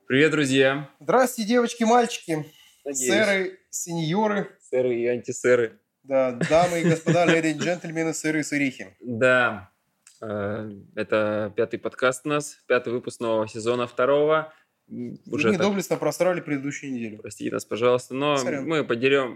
Привет, друзья! Здравствуйте, девочки, мальчики, Надеюсь. сэры, сеньоры, Сэры и антисэры. да, дамы и господа, леди и джентльмены, сыры и сырихи. Да, это 5-й подкаст у нас, 5-й выпуск нового сезона 2-го. И мы доблестно просрали предыдущую неделю. Простите нас, пожалуйста, но Сорян. мы подберем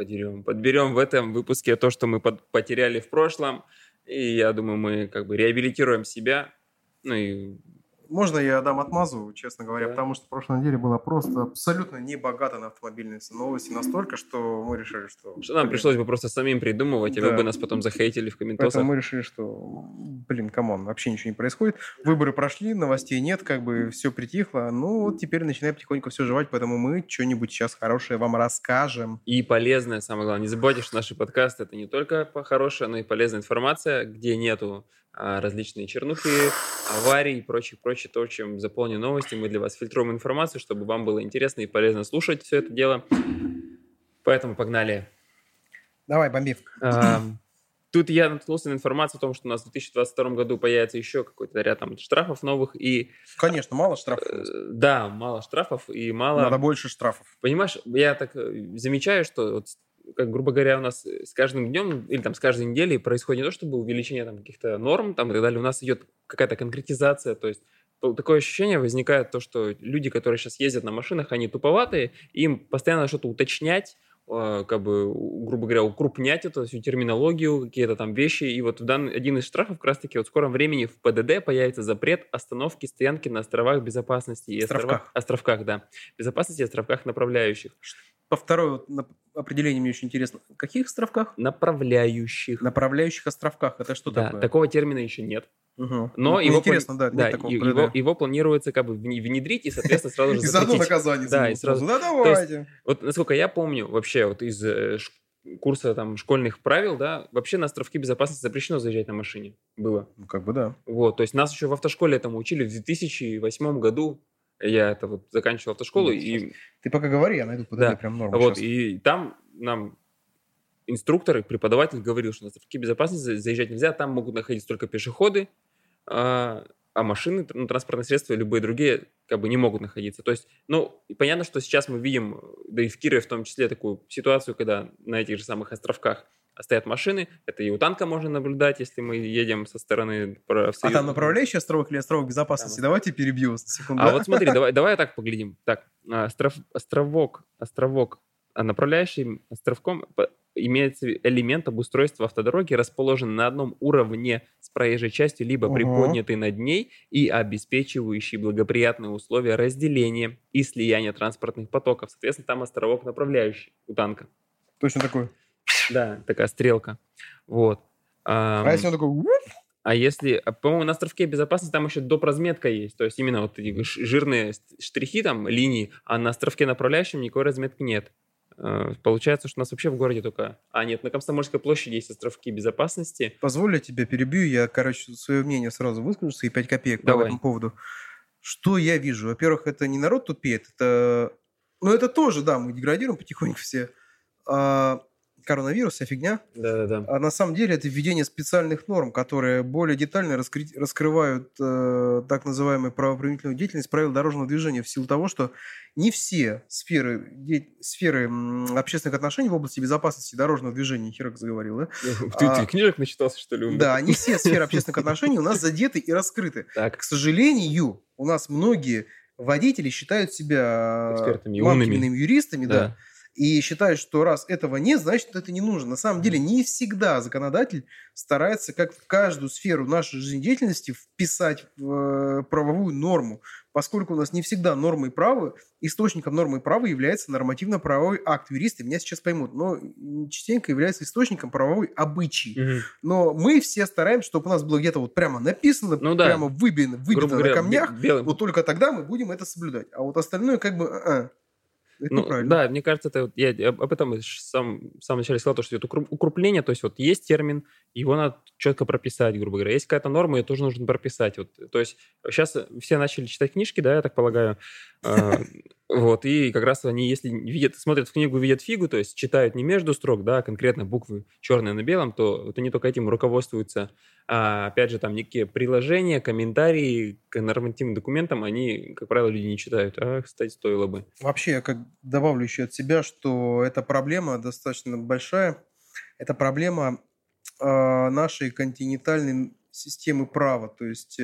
в этом выпуске то, что мы потеряли в прошлом. И я думаю, мы реабилитируем себя. Ну и Можно я дам отмазу, честно говоря, Да. потому что в прошлой неделе была просто абсолютно не богата на автомобильные новости настолько, что мы решили, что... нам пришлось бы просто самим придумывать, и вы Да. бы нас потом захейтили в комментариях. Поэтому мы решили, что, камон, вообще ничего не происходит. Выборы прошли, новостей нет, все притихло. Ну, вот теперь начинаем потихоньку все жевать, поэтому мы что-нибудь сейчас хорошее вам расскажем. И полезная, самое главное. Не забывайте, что наши подкасты — это не только хорошая, но и полезная информация, где нету различные чернухи, аварий и прочее, то, чем заполнены новости. Мы для вас фильтруем информацию, чтобы вам было интересно и полезно слушать все это дело. Поэтому погнали. Давай, бомби. Тут я наткнулся на информацию о том, что у нас в 2022 году появится еще какой-то ряд штрафов новых. И, Конечно, мало штрафов. да, мало штрафов и мало... Надо больше штрафов. Понимаешь, я так замечаю, что, вот, как, грубо говоря, у нас с каждым днем или с каждой неделей происходит не то, чтобы увеличение каких-то норм и так далее, у нас идет какая-то конкретизация, то есть такое ощущение возникает, то, что люди, которые сейчас ездят на машинах, они туповатые, им постоянно что-то уточнять, грубо говоря, укрупнять эту всю терминологию, какие-то вещи. И вот один из штрафов как раз-таки в скором времени в ПДД появится запрет остановки стоянки на островах безопасности. И островках, да. Безопасности и островках направляющих. По второе определение мне очень интересно. Каких островках? Направляющих. Направляющих островках. Это что такое? Такого термина еще нет. Угу. Но интересно, его планируется внедрить, и, соответственно, сразу же запретить. И заодно наказание. Да, и сразу. Да, давайте. То есть, вот, насколько я помню, вообще вот из курса школьных правил, да, вообще на островки безопасности запрещено заезжать на машине. Было. Ну, да. Вот, то есть нас еще в автошколе этому учили в 2008 году. Я это заканчивал автошколу. И... Ты пока говори, я найду ПДД прям норму. Вот, сейчас. И там нам инструктор и преподаватель говорил, что на островки безопасности заезжать нельзя, там могут находиться только пешеходы, а машины, транспортные средства и любые другие не могут находиться. То есть, и понятно, что сейчас мы видим, да и в Кирове в том числе, такую ситуацию, когда на этих же самых островках стоят машины, это и у танка можно наблюдать, если мы едем со стороны... А там направляющий островок или островок безопасности? Там. Давайте перебью вас на секунду. А вот смотри, давай так поглядим. Так, островок направляющим островком имеется элемент обустройства автодороги, расположенный на одном уровне с проезжей частью, либо приподнятый над ней и обеспечивающий благоприятные условия разделения и слияния транспортных потоков. Соответственно, там островок направляющий у танка. Точно такой? Да, такая стрелка. Вот. А если он такой... А если, по-моему, на островке безопасности там еще доп. Разметка есть, то есть именно вот эти жирные штрихи, линии, а на островке направляющем никакой разметки нет. Получается, что у нас вообще в городе только... нет, на Комсомольской площади есть островки безопасности. Позволь, я тебя перебью, я, свое мнение сразу выскажу, свои 5 копеек по этому поводу. Что я вижу? Во-первых, это не народ тупеет, это... это тоже, да, мы деградируем потихоньку все. Коронавирус, вся фигня. Да. А на самом деле это введение специальных норм, которые более детально раскрывают так называемую правоприменительную деятельность правил дорожного движения в силу того, что не все сферы общественных отношений в области безопасности дорожного движения, херак заговорил, да? Ты книжек начитался, что ли? Да, не все сферы общественных отношений у нас задеты и раскрыты. Так. К сожалению, у нас многие водители считают себя экспертами, умными юристами, да. И считают, что раз этого нет, значит, это не нужно. На самом деле, не всегда законодатель старается, как в каждую сферу нашей жизнедеятельности, вписать в правовую норму, поскольку у нас не всегда нормы и права, источником нормы и права является нормативно-правовой акт. Юристы меня сейчас поймут, но частенько является источником правовой обычай. Но мы все стараемся, чтобы у нас было где-то прямо написано, прямо выбито на камнях, вот только тогда мы будем это соблюдать. А вот остальное Это неправильно. Да, мне кажется, я об этом в самом начале сказал, то, что это укрупление, то есть вот есть термин, его надо четко прописать, грубо говоря. Есть какая-то норма, ее тоже нужно прописать. То есть сейчас все начали читать книжки, да, я так полагаю. Вот, и как раз они, если смотрят в книгу, видят фигу, то есть читают не между строк, да, а конкретно буквы черные на белом, то вот они только этим руководствуются. А, опять же, там некие приложения, комментарии к нормативным документам, они, как правило, люди не читают. А, кстати, стоило бы. Вообще, я как добавлю еще от себя, что эта проблема достаточно большая. Это проблема нашей континентальной системы права. То есть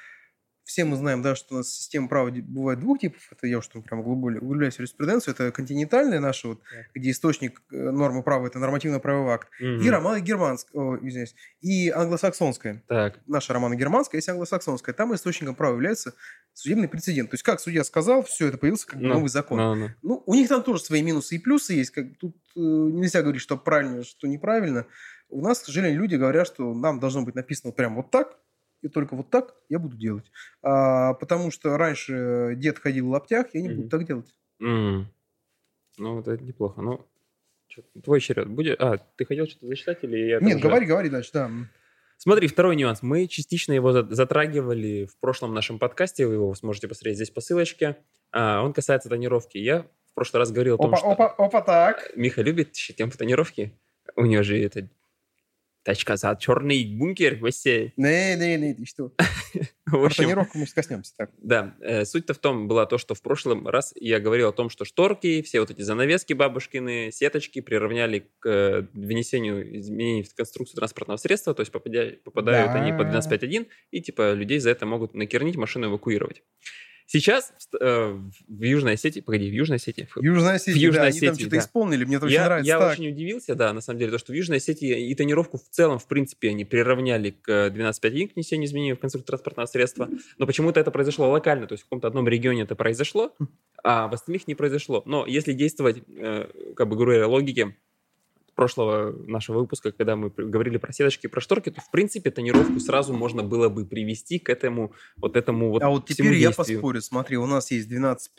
все мы знаем, да, что у нас система права бывает двух типов. Это я уж там прям углубляюсь в юриспруденцию. Это континентальная наша, вот, где источник нормы права – это нормативно-правовой акт. И романо-германская, извиняюсь, и англосаксонская. Так. Наша романо-германская, есть англосаксонская. Там источником права является судебный прецедент. То есть, как судья сказал, все, это появился как новый закон. Ну, у них там тоже свои минусы и плюсы есть. Тут нельзя говорить, что правильно, что неправильно. У нас, к сожалению, люди говорят, что нам должно быть написано прямо вот так, и только вот так я буду делать. Потому что раньше дед ходил в лаптях, я не буду так делать. Ну, вот это неплохо. Ну, твой черед будет. Ты хотел что-то зачитать или я... Нет, говори дальше, да. Смотри, второй нюанс. Мы частично его затрагивали в прошлом нашем подкасте, вы его сможете посмотреть здесь по ссылочке. Он касается тонировки. Я в прошлый раз говорил о том, что... Опа, так. Миха любит тему тонировки. У него же это... Тачка за черный бункер, вообще. Не, ты что? Про тонировку мы коснемся. Так. Да, суть-то в том была то, что в прошлый раз я говорил о том, что шторки, все вот эти занавески бабушкины, сеточки приравняли к внесению изменений в конструкцию транспортного средства, то есть попадают они под 12.5.1, и типа людей за это могут накернить, машину эвакуировать. Сейчас в Южной Осетии, в Южной Осетии, они там что-то исполнили, мне это очень нравится. Я очень удивился, да, на самом деле, то, что в Южной Осетии и тонировку в целом, в принципе, они приравняли к 12.5.1, к внесению изменений в конструкцию транспортного средства, но почему-то это произошло локально, то есть в каком-то одном регионе это произошло, а в остальных не произошло. Но если действовать, как бы говоря, логике прошлого нашего выпуска, когда мы говорили про сеточки и про шторки, то, в принципе, тонировку сразу можно было бы привести к этому вот А вот теперь я поспорю. Смотри, у нас есть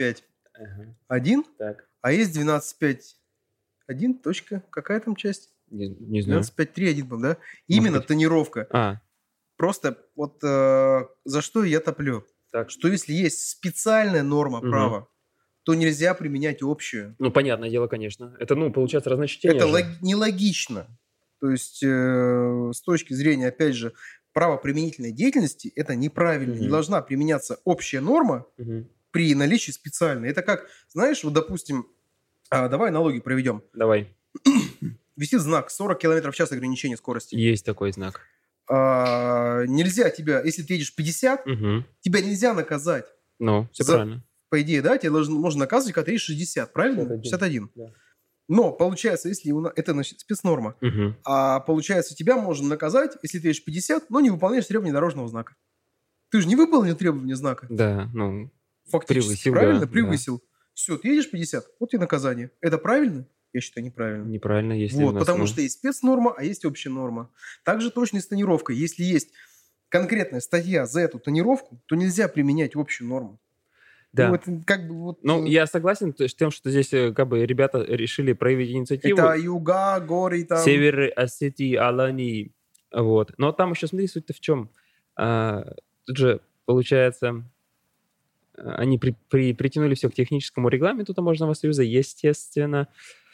12.5.1, а есть 12.5.1. Точка. Какая там часть? Не знаю. 12.5.3.1, да? Именно тонировка. Просто вот за что я топлю. Так. Что если есть специальная норма права, то нельзя применять общую. Ну, понятное дело, конечно. Это, получается, разночтение. Это нелогично. То есть, с точки зрения, опять же, правоприменительной деятельности, это неправильно. Не должна применяться общая норма при наличии специальной. Это как, знаешь, вот, допустим, давай аналогию проведем. Давай. Висит знак 40 км в час ограничения скорости. Есть такой знак. Нельзя тебя, если ты едешь 50, тебя нельзя наказать. Ну, все правильно. По идее, да, тебя можно наказывать, когда ты едешь 60, правильно? 61. Да. Но, получается, если это, значит, спецнорма, а получается, тебя можно наказать, если ты едешь 50, но не выполняешь требования дорожного знака. Ты же не выполнил требования знака. Да, фактически, превысил, правильно? Да, превысил. Да. Все, ты едешь 50, вот и наказание. Это правильно? Я считаю, неправильно. Неправильно, если вот, потому что есть спецнорма, а есть общая норма. Также точно и с тонировкой. Если есть конкретная статья за эту тонировку, то нельзя применять общую норму. Да. Ну, я согласен с тем, что здесь как бы ребята решили проявить инициативу. Это юга, горы там. Север Осетии, Алании. Вот. Но там еще, смотри, суть-то в чем. Тут же, получается, они притянули все к техническому регламенту Таможенного союза, естественно.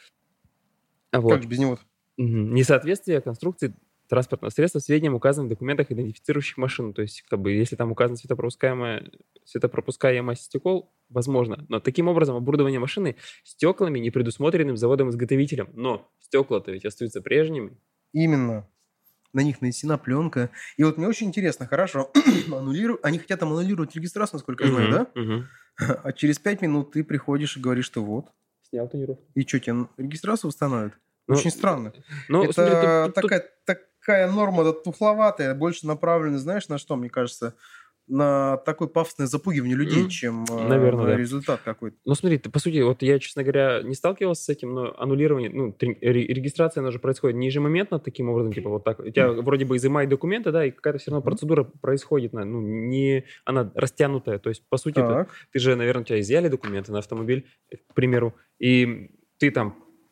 Вот. Как же без него-то? Несоответствие конструкции транспортного средства сведениям, указанным в документах, идентифицирующих машину. То есть, как бы, если там указано светопропускаемость стекол, возможно. Но таким образом оборудование машины стеклами, не предусмотренным заводом-изготовителем. Но стекла-то ведь остаются прежними. Именно. На них нанесена пленка. И вот мне очень интересно, хорошо, они хотят там аннулировать регистрацию, насколько я знаю, да? А через 5 минут ты приходишь и говоришь, что вот. Снял тонировку. И что, тебе регистрацию установят? Очень странно. Это такая норма тухловатая, больше направлена, знаешь, на что, мне кажется, на такое пафосное запугивание людей, чем наверное, результат какой-то. Ну, смотри, по сути, вот я, честно говоря, не сталкивался с этим, но аннулирование, регистрация, она же происходит не ежемоментно таким образом, типа вот так. У тебя вроде бы изымают документы, да, и какая-то все равно процедура происходит, не она растянутая. То есть, по сути, ты же, наверное, у тебя изъяли документы на автомобиль, к примеру, и ты там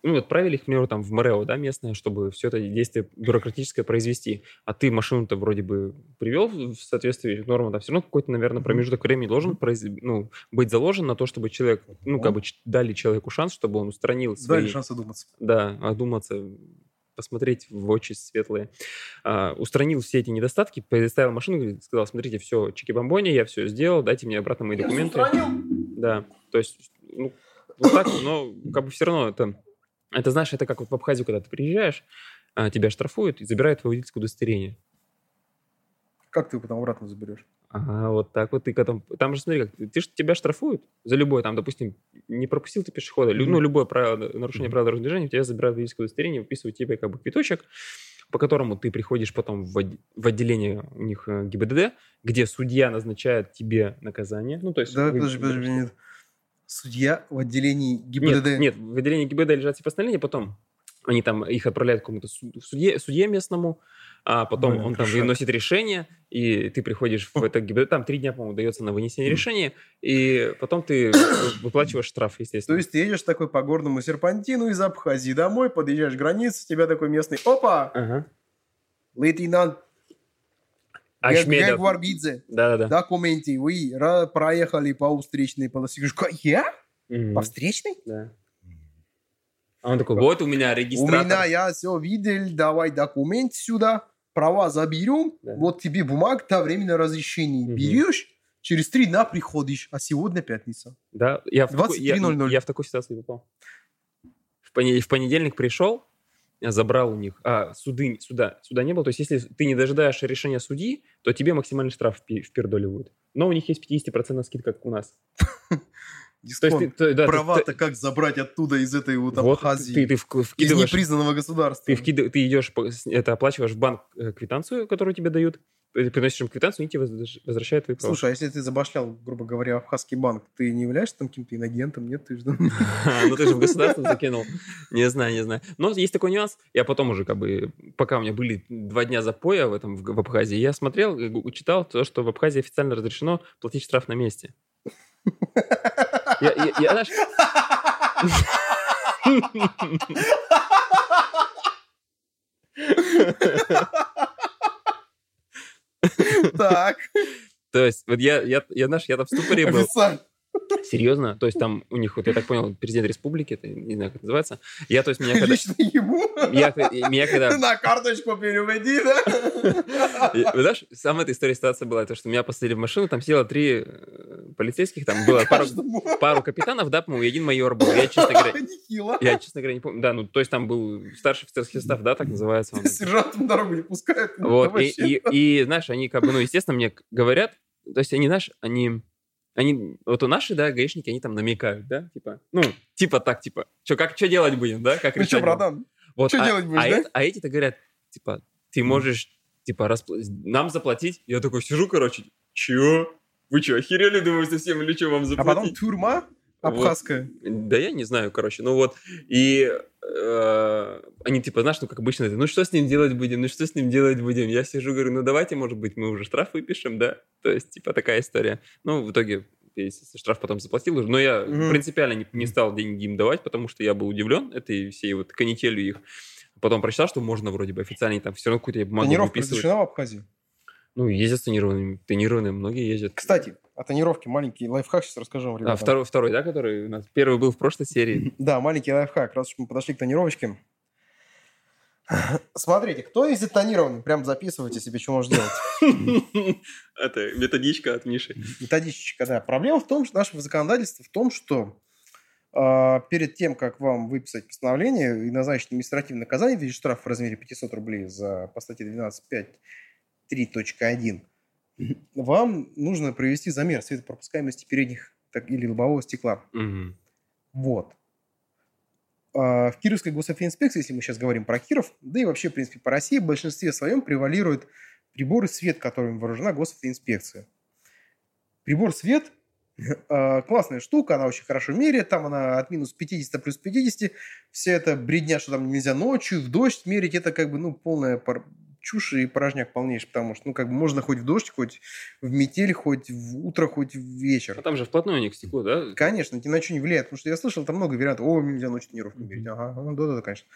ну, отправили их, к примеру, там в МРЭО, да, местное, чтобы все это действие бюрократическое произвести, а ты машину-то вроде бы привел в соответствии с нормам, там все равно какой-то, наверное, промежуток времени должен быть заложен на то, чтобы человек, ну, как бы дали человеку шанс, чтобы он устранил свои... Дали шанс одуматься. Да, одуматься, посмотреть в очи светлые. Устранил все эти недостатки, предоставил машину, сказал, смотрите, все, чики-бомбони, я все сделал, дайте мне обратно мои документы. Да, то есть, ну, вот так, но как бы все равно это, знаешь, это как вот в Абхазию, когда ты приезжаешь, тебя штрафуют и забирают твое водительское удостоверение. Как ты его потом обратно заберешь? Ага, вот так вот. Там же смотри, тебя штрафуют за любое, там, допустим, не пропустил ты пешехода, ну, любое нарушение правил дорожного движения, у тебя забирают водительское удостоверение, выписывают тебе как бы квиточек, по которому ты приходишь потом в отделение у них ГИБДД, где судья назначает тебе наказание. Ну, то есть... Да, подожди, нет. Судья в отделении ГИБДД? Нет, в отделении ГИБДД лежат все постановления, потом они там их отправляют к какому-то судье местному, а потом он там выносит решение, и ты приходишь в это ГИБДД, там 3 дня, по-моему, дается на вынесение решения, и потом ты выплачиваешь штраф, естественно. То есть ты едешь такой по горному серпантину из Абхазии домой, подъезжаешь к границе, тебя такой местный, опа, лейтенант Георгидзе, документы, вы проехали по встречной полосе. Я? По встречной? Да. А он такой, вот у меня регистратор. У меня, я все видел, давай документ сюда, права заберем, вот тебе бумага, временное разрешение берешь, через 3 дня приходишь, а сегодня пятница. Да, я в такой ситуации попал. В понедельник пришел, я забрал у них, суда не было, то есть если ты не дожидаешься решения судьи, то тебе максимальный штраф впердоливают. Но у них есть 50% скидка, как у нас. Права-то как забрать оттуда из этой вот Абхазии, из непризнанного государства? Ты идешь, оплачиваешь в банк квитанцию, которую тебе дают, приносишь им квитанцию, и тебе возвращают твои права. Слушай, а если ты забашлял, грубо говоря, Абхазский банк, ты не являешься там каким-то инагентом? Нет, ты же... Ну ты же в государство закинул. Не знаю. Но есть такой нюанс. Я потом уже как бы, пока у меня были 2 дня запоя в Абхазии, я смотрел, читал то, что в Абхазии официально разрешено платить штраф на месте. Я, знаешь... Так. То есть, вот я там в ступоре был. Серьезно? То есть там у них, вот я так понял, президент республики, это не знаю, как это называется. Лично ему? Меня когда... На карточку переведи, да? Знаешь, самая эта история ситуация была, то, что меня посадили в машину, там сидело 3 полицейских, там было пару капитанов, да, по-моему, и 1 майор был. Я, честно говоря, не помню. Да, ну, то есть там был старший офицерский состав, да, так называется. Сержантом дорогу не пускают. Вот, и, знаешь, они как бы, ну, естественно, мне говорят, то есть они, знаешь, они, вот у наши, да, гаишники, они там намекают, да, что делать будем, да, как решать. Ну что, братан, вот, что делать будешь, да? А эти-то говорят, ты можешь, нам заплатить. Я такой сижу, короче, чё? Вы что, охерели, думаю, совсем, или что вам заплатить? А потом тюрьма абхазская. Вот. Да я не знаю, короче, ну вот, и они знаешь, как обычно, ну что с ним делать будем, Я сижу, говорю, ну давайте, может быть, мы уже штраф выпишем, да, то есть, такая история. Ну, в итоге, штраф потом заплатил уже, но я принципиально не стал деньги им давать, потому что я был удивлен этой всей вот канителью их. Потом прочитал, что можно вроде бы официально, там все равно какую-то бумагу выписывать. Тонировка разрешена в Абхазии? Ну, ездят с тонированными, многие ездят. Кстати, о тонировке маленький лайфхак сейчас расскажу вам, ребята. Второй, да, который у нас первый был в прошлой серии. Да, маленький лайфхак, раз уж мы подошли к тонировочке. Смотрите, кто ездит тонированный, прям записывайте себе, что можно делать. Это методичка от Миши. Методичка, да. Проблема в том, что нашего законодательства в том, что перед тем, как вам выписать постановление и назначить административное наказание в виде штрафа в размере 500 рублей по статье 12.5.3.1, вам нужно провести замер светопропускаемости передних или лобового стекла. Вот. В Кировской госавтоинспекции, если мы сейчас говорим про Киров, да и вообще, в принципе, по России, в большинстве своем превалируют приборы свет, которыми вооружена госавтоинспекция. Прибор свет классная штука, она очень хорошо меряет, там она от минус 50 плюс 50, вся эта бредня, что там нельзя ночью, в дождь мерить, это как бы, полная чушь и порожняк полнейший, потому что, можно хоть в дождь, хоть в метель, хоть в утро, хоть в вечер. А там же вплотную они к стеклу, да? Конечно, ни на что не влияет, потому что я слышал, там много вариантов. Нельзя ночью тонировку мерить. Ага, да, конечно.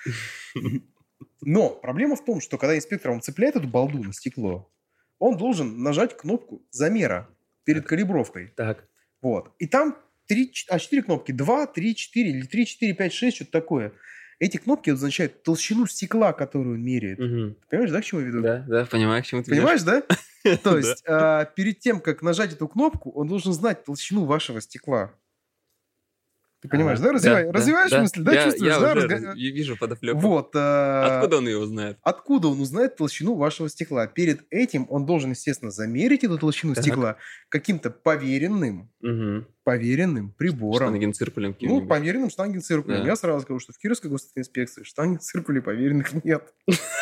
Но проблема в том, что когда инспектор вам цепляет эту балду на стекло, он должен нажать кнопку замера перед калибровкой. Так. Вот. И там 4 кнопки. 2, 3, 4 или 3, 4, 5, 6, что-то такое. Эти кнопки означают толщину стекла, которую он меряет. Угу. Ты понимаешь, да, к чему я веду? Да, понимаю, к чему ты Понимаешь, да? То есть перед тем, как нажать эту кнопку, он должен знать толщину вашего стекла. Ты понимаешь, да? Развиваешь мысль, да? Чувствуешь, я да? уже вижу подоплеку. Вот. Откуда он ее узнает? Откуда он узнает толщину вашего стекла? Перед этим он должен, естественно, замерить эту толщину стекла каким-то поверенным прибором. Штангенциркулем. Поверенным штангенциркулем. Я сразу скажу, что в Кировской госинспекции штангенциркулей поверенных нет.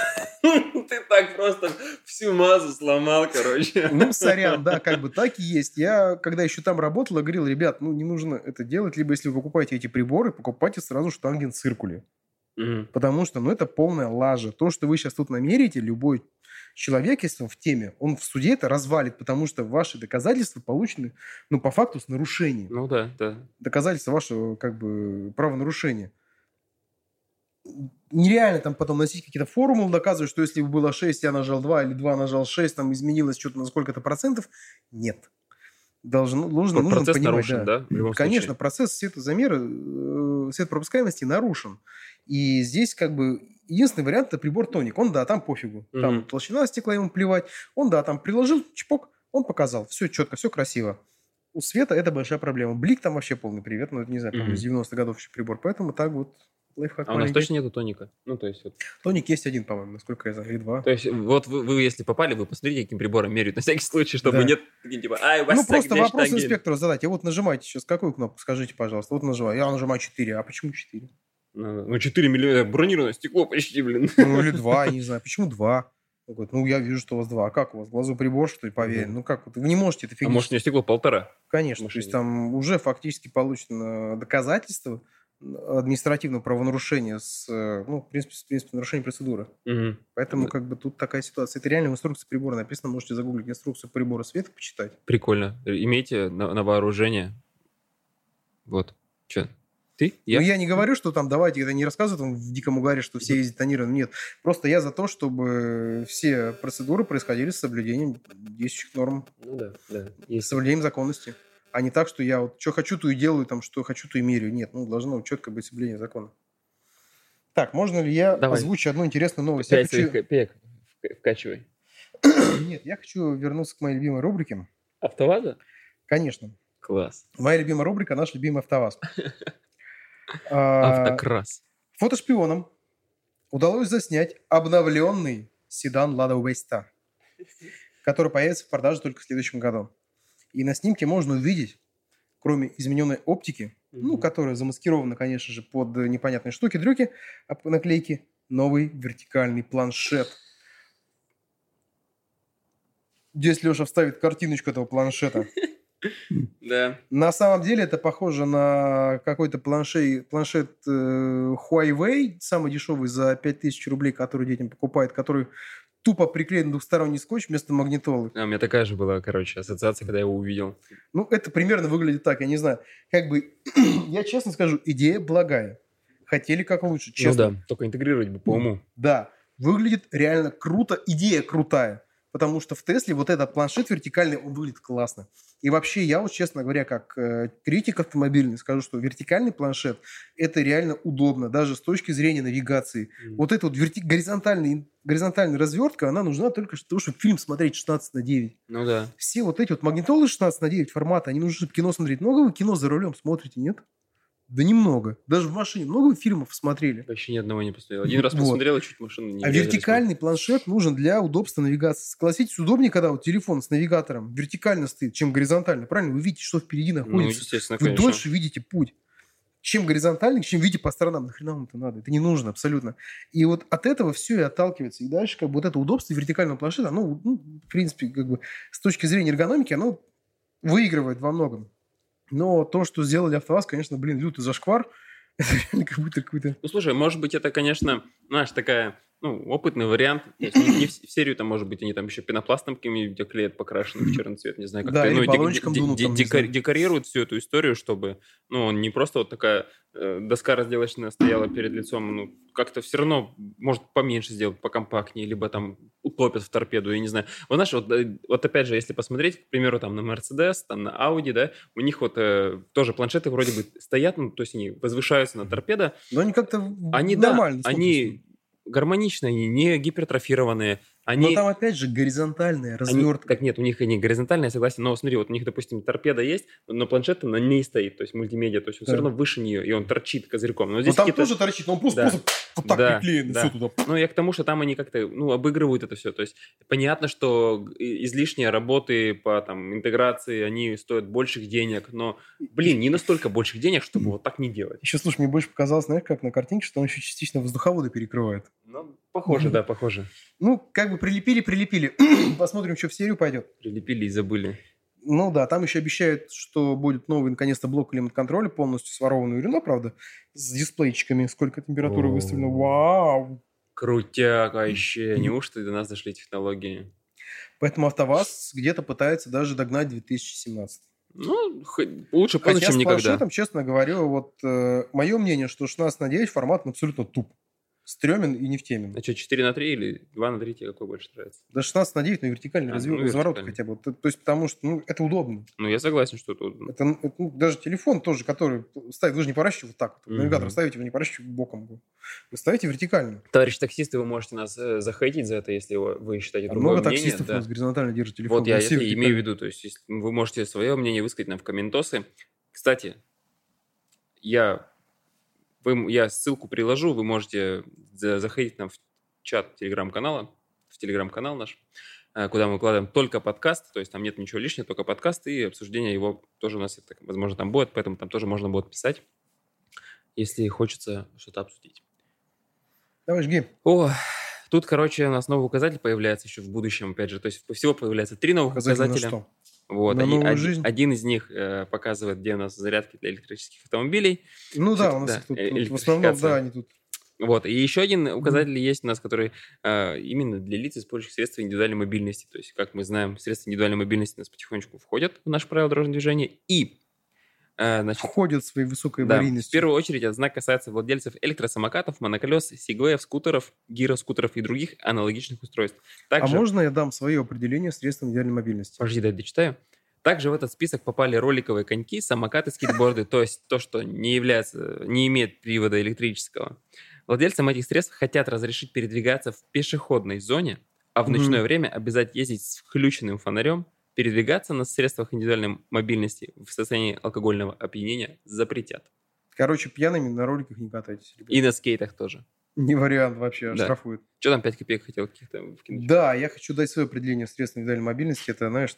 Ты так просто всю мазу сломал, короче. Сорян, да, так и есть. Я, когда еще там работал, я говорил, ребят, не нужно это делать, либо если вы покупаете эти приборы, покупайте сразу штангенциркули. Потому что, это полная лажа. То, что вы сейчас тут намерите, любой человек, если он в теме, он в суде это развалит, потому что ваши доказательства получены, по факту с нарушением. Ну да. Доказательства вашего, правонарушения. Нереально там потом носить какие-то формулы, доказывать, что если бы было 6, я нажал 2, или 2 нажал 6, там изменилось что-то на сколько-то процентов. Нет. Нужно процесс понимать, нарушен, да? В любом Конечно, случае. процесс светозамера, светопропускаемости нарушен. И здесь единственный вариант – это прибор тоник. Он, там пофигу. Там толщина стекла, ему плевать. Он, там приложил, чпок, он показал. Все четко, все красиво. У света это большая проблема. Блик там вообще полный привет. Это, не знаю, по-моему, с 90-х годов еще прибор. Поэтому так вот лайфхак маленький. У нас точно нету тоника? Тоник есть один, по-моему, насколько я знаю, или 2. То есть вот вы если попали, вы посмотрите, каким прибором меряют. На всякий случай, чтобы нет такие типа, у вас просто вопрос инспектору задать. Нажимайте сейчас какую кнопку, скажите, пожалуйста. нажимаю. Я нажимаю 4. А почему 4? 4 миллиона бронированное стекло почти, блин. Или 2, я не знаю. Почему 2? Он говорит, я вижу, что у вас 2. А как у вас? Глазу прибор, что ли, поверен? Как? Вы не можете это фигню. А может, у него стекло 1,5? Конечно. То есть там уже фактически получено доказательство административного правонарушения в принципе, нарушение процедуры. Поэтому тут такая ситуация. Это реально в инструкции прибора написано. Можете загуглить инструкцию прибора света, почитать. Прикольно. Имейте на вооружение. Вот. Че? Ты? Я? Я не говорю, что там давайте, это не рассказывают вам в диком угаре, что все ездят тонированы. Нет. Просто я за то, чтобы все процедуры происходили с соблюдением действующих норм. Да. С соблюдением законности. А не так, что я что хочу, то и делаю, что хочу, то и меряю. Нет, должно четко быть соблюдение закона. Так, можно ли я озвучу одну интересную новость? 5 своих копеек вкачивай. Нет, я хочу вернуться к моей любимой рубрике. АвтоВАЗа? Конечно. Класс. Моя любимая рубрика, наш любимый АвтоВАЗ. Автокрас. Фотошпионам удалось заснять обновленный седан Lada Vesta, который появится в продаже только в следующем году. И на снимке можно увидеть, кроме измененной оптики, которая замаскирована, конечно же, под непонятные штуки-дрюки, наклейки, новый вертикальный планшет. Здесь Леша вставит картиночку этого планшета. Да. На самом деле это похоже на какой-то планшет Huawei, самый дешевый за 5000 рублей, который детям покупают, который тупо приклеен двухсторонний скотч вместо магнитолы. У меня такая же была, ассоциация, когда я его увидел. Это примерно выглядит так, я не знаю. Я честно скажу, идея благая. Хотели как лучше, честно. Только интегрировать бы по уму. Да, выглядит реально круто, идея крутая. Потому что в Тесле вот этот планшет вертикальный, он выглядит классно. И вообще, я честно говоря, как критик автомобильный, скажу, что вертикальный планшет – это реально удобно, даже с точки зрения навигации. Вот эта горизонтальная развертка, она нужна только для того, чтобы фильм смотреть 16:9. Ну да. Все вот эти магнитолы 16:9 формата, они нужны, чтобы кино смотреть. Много вы кино за рулем смотрите, нет? Да немного. Даже в машине. Много вы фильмов смотрели? Вообще ни одного не посмотрел. Один раз посмотрел, и чуть машину не А вертикальный планшет нужен для удобства навигации. Согласитесь, удобнее, когда телефон с навигатором вертикально стоит, чем горизонтально. Правильно? Вы видите, что впереди находится. Естественно, вы дольше видите путь. Чем горизонтальный, чем видите по сторонам. Нахрена вам это надо? Это не нужно абсолютно. И вот от этого все и отталкивается. И дальше вот это удобство вертикального планшета, оно, в принципе, с точки зрения эргономики, оно выигрывает во многом. Но то, что сделали АвтоВАЗ, конечно, лютый зашквар. Это реально как будто какой-то... Слушай, может быть, это, конечно, такая опытный вариант. То есть не в серию, там, может быть, они там еще пенопластом каким-нибудь оклеят покрашенный в черный цвет, не знаю, как-то. Да, или баллончиком дунут, там, не знаю. Декорируют всю эту историю, чтобы, не просто вот такая доска разделочная стояла перед лицом, как-то все равно, может, поменьше сделать, покомпактнее, либо там утопят в торпеду, я не знаю. Вот знаешь, вот опять же, если посмотреть, к примеру, там на Mercedes, там на Audi, да, у них вот тоже планшеты вроде бы стоят, то есть они возвышаются над торпедо. Но они как-то нормально нормально смотрятся. Они гармоничные, они не гипертрофированные. Но там опять же горизонтальная развертка. Так нет, у них они горизонтальные, я согласен, но смотри, вот у них, допустим, торпеда есть, но планшет на ней стоит, то есть мультимедиа, то есть он все равно выше нее, и он торчит козырьком. Но здесь там тоже торчит, но он просто вот так приклеен все туда. Я к тому, что там они как-то, обыгрывают это все, то есть понятно, что излишние работы по там интеграции, они стоят больших денег, но, не настолько больших денег, чтобы вот так не делать. Еще, слушай, мне больше показалось, знаешь, как на картинке, что он еще частично воздуховоды перекрывает. Похоже, да, похоже. Как бы прилепили. Посмотрим, что в серию пойдет. Прилепили и забыли. Да, там еще обещают, что будет новый, наконец-то, блок климат-контроля, полностью сворованный у Рено, правда, с дисплейчиками, сколько температуры выставлено. Вау! Крутяк вообще. Неужто до нас дошли технологии? Поэтому АвтоВАЗ где-то пытается даже догнать 2017. Лучше поздно, чем никогда. С планшетом, честно говорю, мое мнение, что 16:9 формат абсолютно туп. Стрёмен и не в теме. А что, 4:3 или 2:3 тебе какой больше нравится? Да 16:9, но вертикальный разворот хотя бы. То есть потому что, это удобно. Я согласен, что это удобно. Это даже телефон тоже, который ставит, вы же не поращиваете вот так вот. Навигатор ставите, вы не поращиваете боком. Вы ставите вертикально. Товарищи таксисты, вы можете нас захейтить за это, если вы считаете другое мнение. Много таксистов у нас горизонтально держат телефон. Вот я это имею в виду. То есть вы можете свое мнение высказать нам в комментосы. Кстати, я ссылку приложу, вы можете заходить нам в чат телеграм-канала, в телеграм-канал наш, куда мы выкладываем только подкаст, то есть там нет ничего лишнего, только подкаст, и обсуждение его тоже у нас, возможно, там будет, поэтому там тоже можно будет писать, если хочется что-то обсудить. Давай, жги. Тут, у нас новый указатель появляется еще в будущем, опять же, то есть всего появляется 3 новых указателя. На что? Вот, на новую жизнь? Один из них показывает, где у нас зарядки для электрических автомобилей. У нас тут в основном, они тут. Вот, и еще один указатель есть у нас, который именно для лиц, использующих средства индивидуальной мобильности. То есть, как мы знаем, средства индивидуальной мобильности у нас потихонечку входят в наше правило дорожного движения. И, входят своей высокой аварийностью. В первую очередь, этот знак касается владельцев электросамокатов, моноколес, сегвеев, скутеров, гироскутеров и других аналогичных устройств. Также... А можно я дам свое определение средств индивидуальной мобильности? Подожди, дай дочитаю. Также в этот список попали роликовые коньки, самокаты, скейтборды, то есть то, что не имеет привода электрического. Владельцам этих средств хотят разрешить передвигаться в пешеходной зоне, а в ночное время обязать ездить с включенным фонарем, передвигаться на средствах индивидуальной мобильности в состоянии алкогольного опьянения запретят. Короче, пьяными на роликах не катайтесь. Ребята. И на скейтах тоже. Не вариант вообще, штрафуют. Что там 5 копеек хотел каких-то вкинуть? Да, я хочу дать свое определение средств индивидуальной мобильности. Это, знаешь,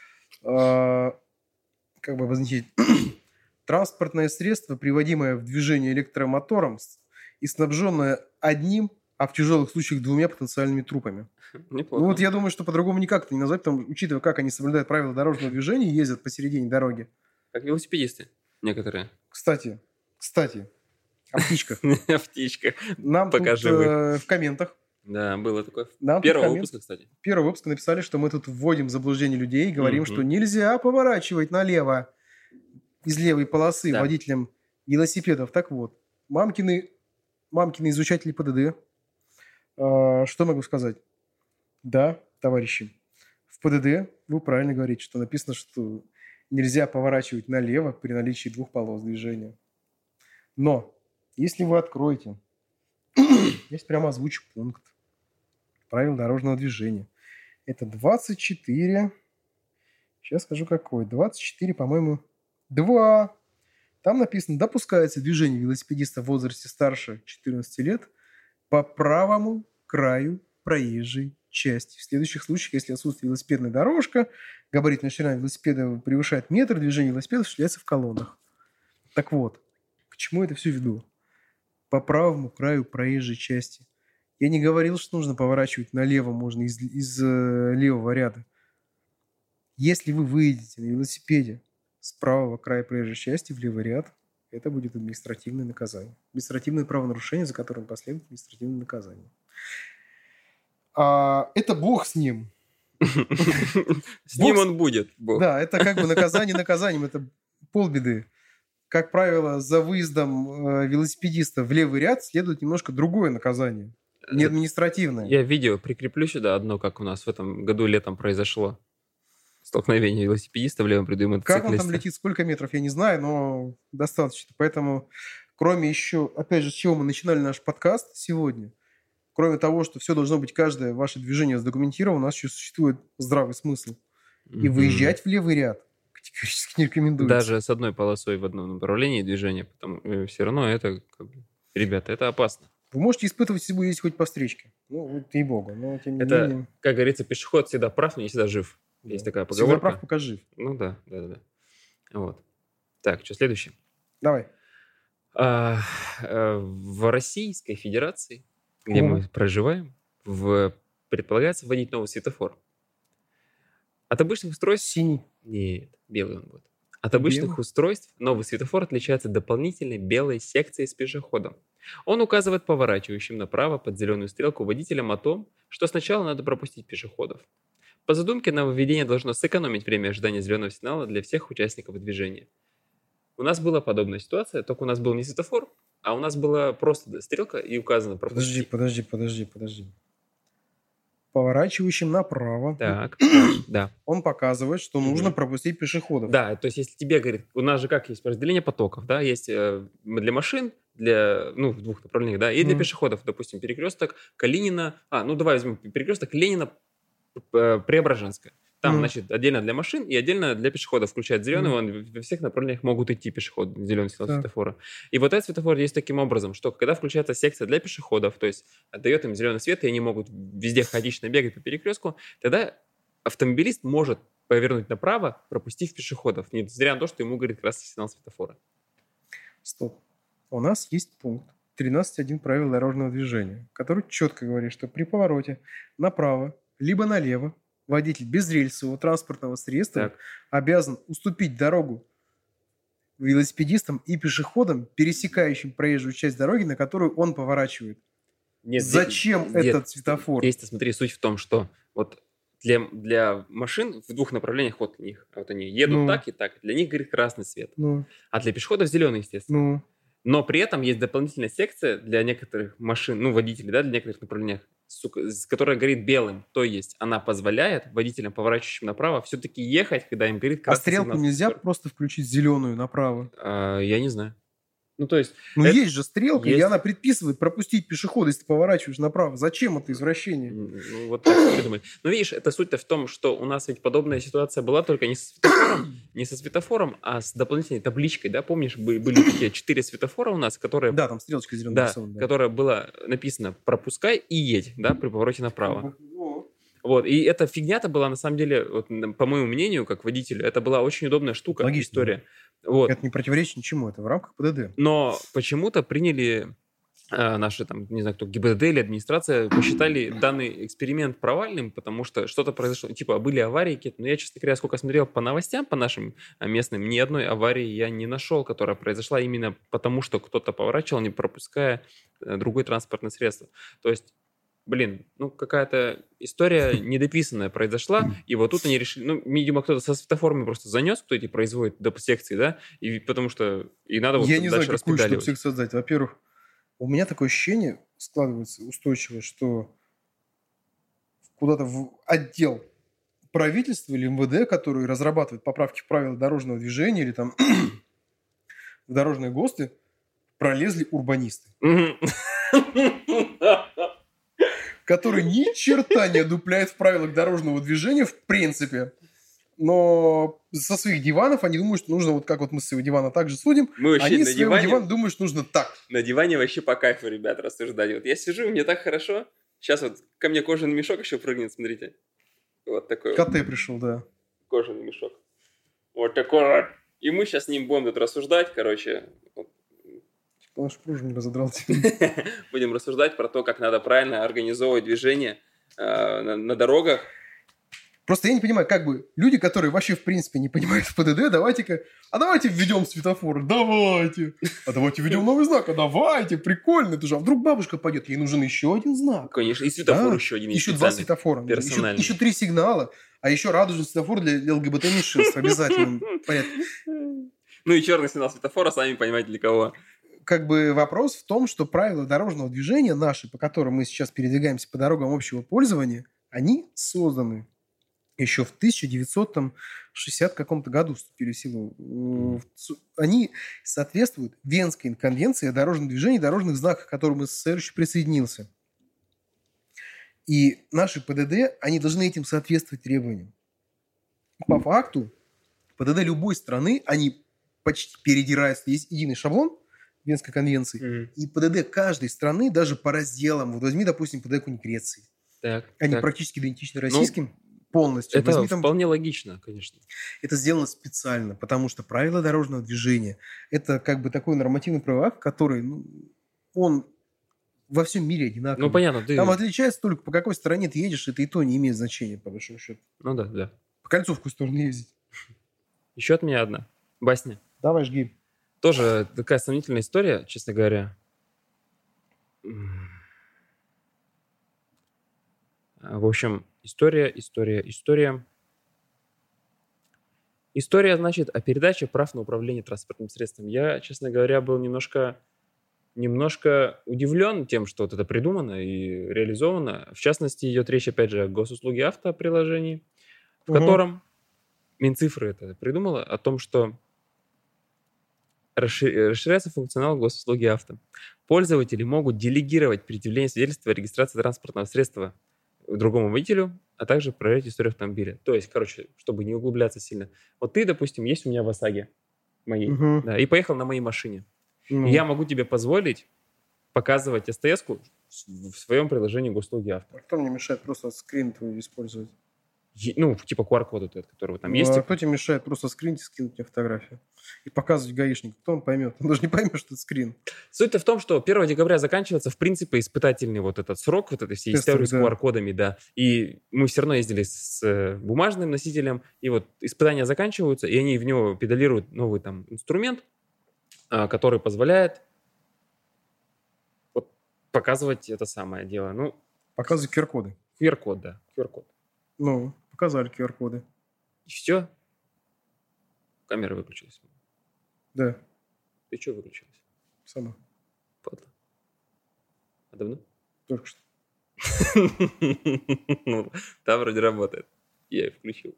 как бы обозначить транспортное средство, приводимое в движение электромотором и снабженное одним, а в тяжелых случаях 2 потенциальными трупами. Неплохо. Я думаю, что по-другому никак это не назвать, потому, учитывая, как они соблюдают правила дорожного движения и ездят посередине дороги. Как велосипедисты некоторые. Кстати, о птичках. О птичках. Нам покажи тут в комментах. Да, было такое. Первого выпуска, кстати. Первого выпуска написали, что мы тут вводим в заблуждение людей и говорим, что нельзя поворачивать налево из левой полосы водителям велосипедов. Так вот, мамкины изучатели ПДД. Что могу сказать? Да, товарищи, в ПДД вы правильно говорите, что написано, что нельзя поворачивать налево при наличии 2 полос движения. Но, если вы откроете, здесь прямо озвучу пункт правил дорожного движения. Это 24, сейчас скажу какой, 24, по-моему, 2. Там написано, допускается движение велосипедиста в возрасте старше 14 лет по правому краю проезжей части. В следующих случаях, если отсутствует велосипедная дорожка, габаритная ширина велосипеда превышает метр, движение велосипеда осуществляется в колоннах. Так вот, к чему это все веду? По правому краю проезжей части. Я не говорил, что нужно поворачивать налево, можно из левого ряда. Если вы выедете на велосипеде с правого края проезжей части в левый ряд, это будет административное наказание. Административное правонарушение, за которым последует административное наказание. Это бог с ним. С ним он будет, бог. Да, это как бы наказание наказанием, это полбеды. Как правило, за выездом велосипедиста в левый ряд следует немножко другое наказание. Не административное. Я видео прикреплю сюда одно, как у нас в этом году летом произошло. Столкновение велосипедиста в левом ряду и мотоциклиста. Как он там летит, сколько метров, я не знаю, но достаточно. Поэтому, кроме еще, опять же, с чего мы начинали наш подкаст сегодня, кроме того, что все должно быть, каждое ваше движение задокументировано, у нас еще существует здравый смысл. И выезжать в левый ряд категорически не рекомендуется. Даже с одной полосой в одном направлении движения, потому все равно это, ребята, это опасно. Вы можете испытывать судьбу, если хоть по встречке. Ну, ей-богу. Но, тем не это, менее... как говорится, пешеход всегда прав, но не всегда жив. Да. Есть такая поговорка. Всегда прав, пока жив. Ну да. Вот. Так, что следующее? Давай. В Российской Федерации, где мы проживаем, предполагается вводить новый светофор. От обычных устройств... Синий. Нет, белый он будет. От обычных устройств новый светофор отличается дополнительной белой секцией с пешеходом. Он указывает поворачивающим направо под зеленую стрелку водителям о том, что сначала надо пропустить пешеходов. По задумке, нововведение должно сэкономить время ожидания зеленого сигнала для всех участников движения. У нас была подобная ситуация, только у нас был не светофор, а у нас была просто стрелка и указано пропустить. Подожди. Поворачивающим направо. Так, да. Он показывает, что нужно пропустить пешеходов. Да, то есть если тебе говорит, у нас же как есть разделение потоков, да, есть для машин, в двух направлениях, да, и для пешеходов, допустим, перекресток Калинина, давай возьмем перекресток Ленина, Преображенская. Там, значит, отдельно для машин и отдельно для пешеходов включают зеленый, во всех направлениях могут идти пешеходы, зеленый сигнал светофора. И вот этот светофор есть таким образом, что когда включается секция для пешеходов, то есть отдает им зеленый свет, и они могут везде хаотично бегать по перекрестку, тогда автомобилист может повернуть направо, пропустив пешеходов, несмотря на то, что ему горит красный сигнал светофора. Стоп. У нас есть пункт 13.1 правил дорожного движения, который четко говорит, что при повороте направо либо налево водитель безрельсового транспортного средства обязан уступить дорогу велосипедистам и пешеходам, пересекающим проезжую часть дороги, на которую он поворачивает. Нет, зачем этот светофор? Здесь, смотри, суть в том, что вот для машин в двух направлениях вот у них, вот они едут так и так, для них горит красный свет, а для пешеходов зеленый, естественно. Но при этом есть дополнительная секция для некоторых машин, водителей, да, для некоторых направлениях, которая горит белым. То есть она позволяет водителям, поворачивающим направо, все-таки ехать, когда им горит красный сигнал. А стрелку нельзя просто включить зеленую направо? Я не знаю. То есть... есть же стрелка, и она предписывает пропустить пешехода, если ты поворачиваешь направо. Зачем это извращение? Вот так придумали. Но видишь, это суть-то в том, что у нас ведь подобная ситуация была только не со светофором, а с дополнительной табличкой, да? Помнишь, были такие 4 светофора у нас, которые... Да, там стрелочка зеленая. Да, которая была написано «пропускай и едь», да, при повороте направо. Вот, и эта фигня-то была, на самом деле, вот, по моему мнению, как водителю, это была очень удобная штука, логично, история. Да. Вот. Это не противоречит ничему, это в рамках ПДД. Но почему-то приняли наши, не знаю, кто, ГИБДД или администрация, посчитали данный эксперимент провальным, потому что что-то произошло, были аварии какие-то, но я, честно говоря, сколько смотрел по новостям, по нашим местным, ни одной аварии я не нашел, которая произошла именно потому, что кто-то поворачивал, не пропуская другое транспортное средство. То есть какая-то история недописанная произошла, и вот тут они решили, видимо, кто-то со светофорами просто занес, кто эти производит до секции, да, и потому что и надо вот я не дальше знаю, какую распедаливать. штуку создать. Во-первых, у меня такое ощущение складывается устойчивое, что куда-то в отдел правительства или МВД, который разрабатывает поправки в правила дорожного движения или там в дорожные ГОСТы, пролезли урбанисты. Которые ни черта не одупляют в правилах дорожного движения в принципе. Но со своих диванов они думают, что нужно вот как вот мы с своего дивана так же судим. Они с своего дивана думают, что нужно так. На диване вообще по кайфу, ребят, рассуждать. Вот я сижу, мне так хорошо. Сейчас вот ко мне кожаный мешок еще прыгнет, смотрите. Вот такой КТ пришел, да. Кожаный мешок. Вот такой вот. И мы сейчас с ним будем тут рассуждать, короче. Наш пружин разодрал. Будем рассуждать про то, как надо правильно организовывать движение на дорогах. Просто я не понимаю, как бы люди, которые вообще в принципе не понимают в ПДД, давайте введем светофор, давайте. А давайте введем новый знак, а давайте, прикольно, это же. А вдруг бабушка пойдет, ей нужен еще один знак. Конечно, и светофор еще один. Еще 2 светофора. Персональный. Еще 3 сигнала, а еще радужный светофор для ЛГБТ-меньшинств в обязательном порядке. Ну и черный сигнал светофора, сами понимаете, для кого. Как бы вопрос в том, что правила дорожного движения наши, по которым мы сейчас передвигаемся по дорогам общего пользования, они созданы еще в 1960 каком-то году вступили в силу. Они соответствуют Венской конвенции о дорожном движении и дорожных знаках, к которому СССР еще присоединился. И наши ПДД, они должны этим соответствовать требованиям. По факту, ПДД любой страны, они почти передираются. Есть единый шаблон Венской конвенции, и ПДД каждой страны, даже по разделам. Вот возьми, допустим, ПДД какой-нибудь Греции. Они практически идентичны российским. Полностью. Это вполне логично, конечно. Это сделано специально, потому что правила дорожного движения – это как бы такой нормативный правовой акт, который, он во всем мире одинаковый. Ну, понятно. Там отличается только, по какой стороне ты едешь, это и то не имеет значения, по большому счету. Ну, да. По кольцу в какую сторону ездить. Еще от меня одна. Басня. Давай, жги. Тоже такая сомнительная история, честно говоря. В общем, история. История, значит, о передаче прав на управление транспортным средством. Я, честно говоря, был немножко удивлен тем, что вот это придумано и реализовано. В частности, идет речь, опять же, о госуслуге авто приложении, в котором Минцифры это придумала, о том, что расширяется функционал госуслуги авто. Пользователи могут делегировать предъявление свидетельства о регистрации транспортного средства другому водителю, а также проверять историю автомобиля. То есть, чтобы не углубляться сильно. Вот ты, допустим, есть у меня в ОСАГе моей, да, и поехал на моей машине. И я могу тебе позволить показывать СТС-ку в своем приложении госуслуги авто. А кто мне мешает просто скрин твой использовать? Типа QR-код этот, который там есть. А кто тебе мешает просто скринить, скинуть мне фотографию и показывать гаишнику? Кто он поймет? Он даже не поймет, что это скрин. Суть-то в том, что 1 декабря заканчивается, в принципе, испытательный вот этот срок, вот этой всей истории с QR-кодами, да. И мы все равно ездили с бумажным носителем, и вот испытания заканчиваются, и они в него педалируют новый там инструмент, который позволяет вот показывать это самое дело. Показывать QR-коды. QR-код, да. QR-код. Показали QR-коды. И все. Камера выключилась. Да. Ты что выключилась? Сама. Падла. А давно? Только что. Там вроде работает. Я ее включил.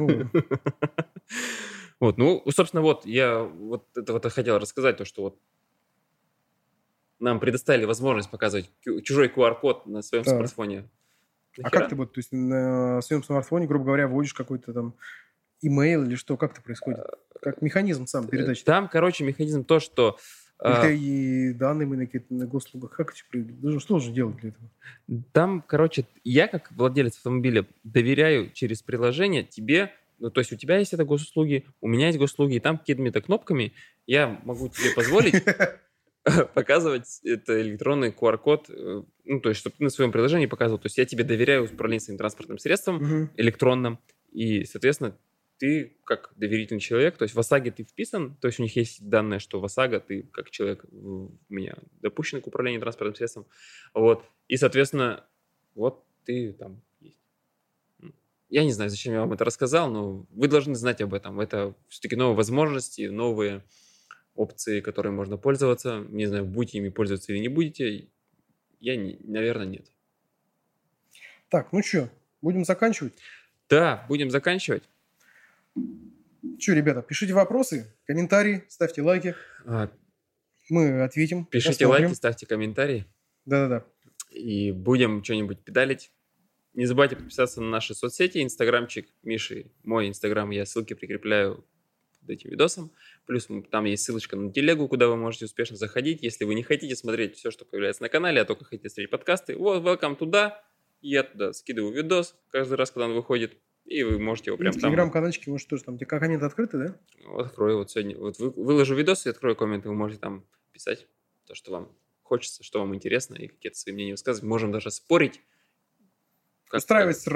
Собственно, я это хотел рассказать, то, что вот нам предоставили возможность показывать чужой QR-код на своем смартфоне. А как ты то есть на своем смартфоне, грубо говоря, вводишь какой-то там имейл или что? Как это происходит? Как механизм сам передачи? Там, механизм то, что... Или данные мы на госуслугах. Как это что должен делать для этого? Там, я как владелец автомобиля доверяю через приложение тебе. То есть у тебя есть это госуслуги, у меня есть госуслуги, и там какими-то кнопками я могу тебе позволить показывать это электронный QR-код, то есть, чтобы ты на своем приложении показывал. То есть я тебе доверяю управление своим транспортным средством электронным, и, соответственно, ты как доверительный человек, то есть в ОСАГе ты вписан, то есть у них есть данные, что в ОСАГо ты как человек у меня допущен к управлению транспортным средством, и, соответственно, ты там есть. Я не знаю, зачем я вам это рассказал, но вы должны знать об этом. Это все-таки новые возможности, новые опции, которые можно пользоваться. Не знаю, будете ими пользоваться или не будете. Наверное, нет. Так, что, будем заканчивать? Да, будем заканчивать. Что, ребята, пишите вопросы, комментарии, ставьте лайки. Мы ответим. Пишите лайки, ставьте комментарии. Да. И будем что-нибудь педалить. Не забывайте подписаться на наши соцсети. Инстаграмчик Миши, мой инстаграм, я ссылки прикрепляю под этим видосом. Плюс там есть ссылочка на телегу, куда вы можете успешно заходить. Если вы не хотите смотреть все, что появляется на канале, а только хотите смотреть подкасты, welcome туда. Я туда скидываю видос каждый раз, когда он выходит. И вы можете его прям там... В телеграм-каналчике, может, тоже там, где комменты открыты, да? Открою сегодня. Выложу видос и открою комменты. Вы можете там писать то, что вам хочется, что вам интересно, и какие-то свои мнения высказывать. Можем даже спорить. Устраивать срач.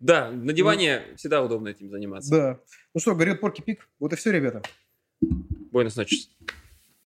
Да, на диване всегда удобно этим заниматься. Да. Ну что, говорит Порки Пик. Вот и все, ребята. Buenas noches.